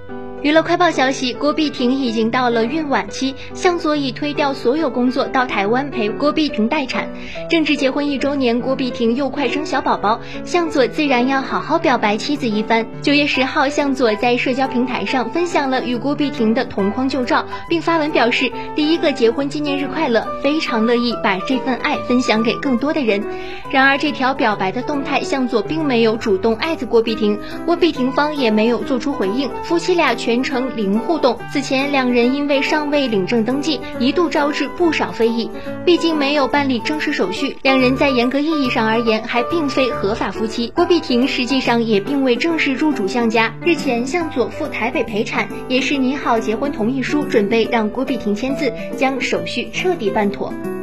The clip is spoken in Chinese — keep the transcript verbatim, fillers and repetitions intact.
娱乐快报消息，郭碧婷已经到了孕晚期，向佐已推掉所有工作到台湾陪郭碧婷待产。正值结婚一周年，郭碧婷又快生小宝宝，向佐自然要好好表白妻子一番。九月十号，向佐在社交平台上分享了与郭碧婷的同框旧照，并发文表示第一个结婚纪念日快乐，非常乐意把这份爱分享给更多的人。然而这条表白的动态，向佐并没有主动艾特郭碧婷，郭碧婷方也没有做出回应，夫妻俩全程零互动。此前两人因为尚未领证登记，一度招致不少非议，毕竟没有办理正式手续，两人在严格意义上而言还并非合法夫妻。郭碧婷实际上也并未正式入主向家，日前向佐赴台北陪产，也是拟好结婚同意书，准备让郭碧婷签字，将手续彻底办妥。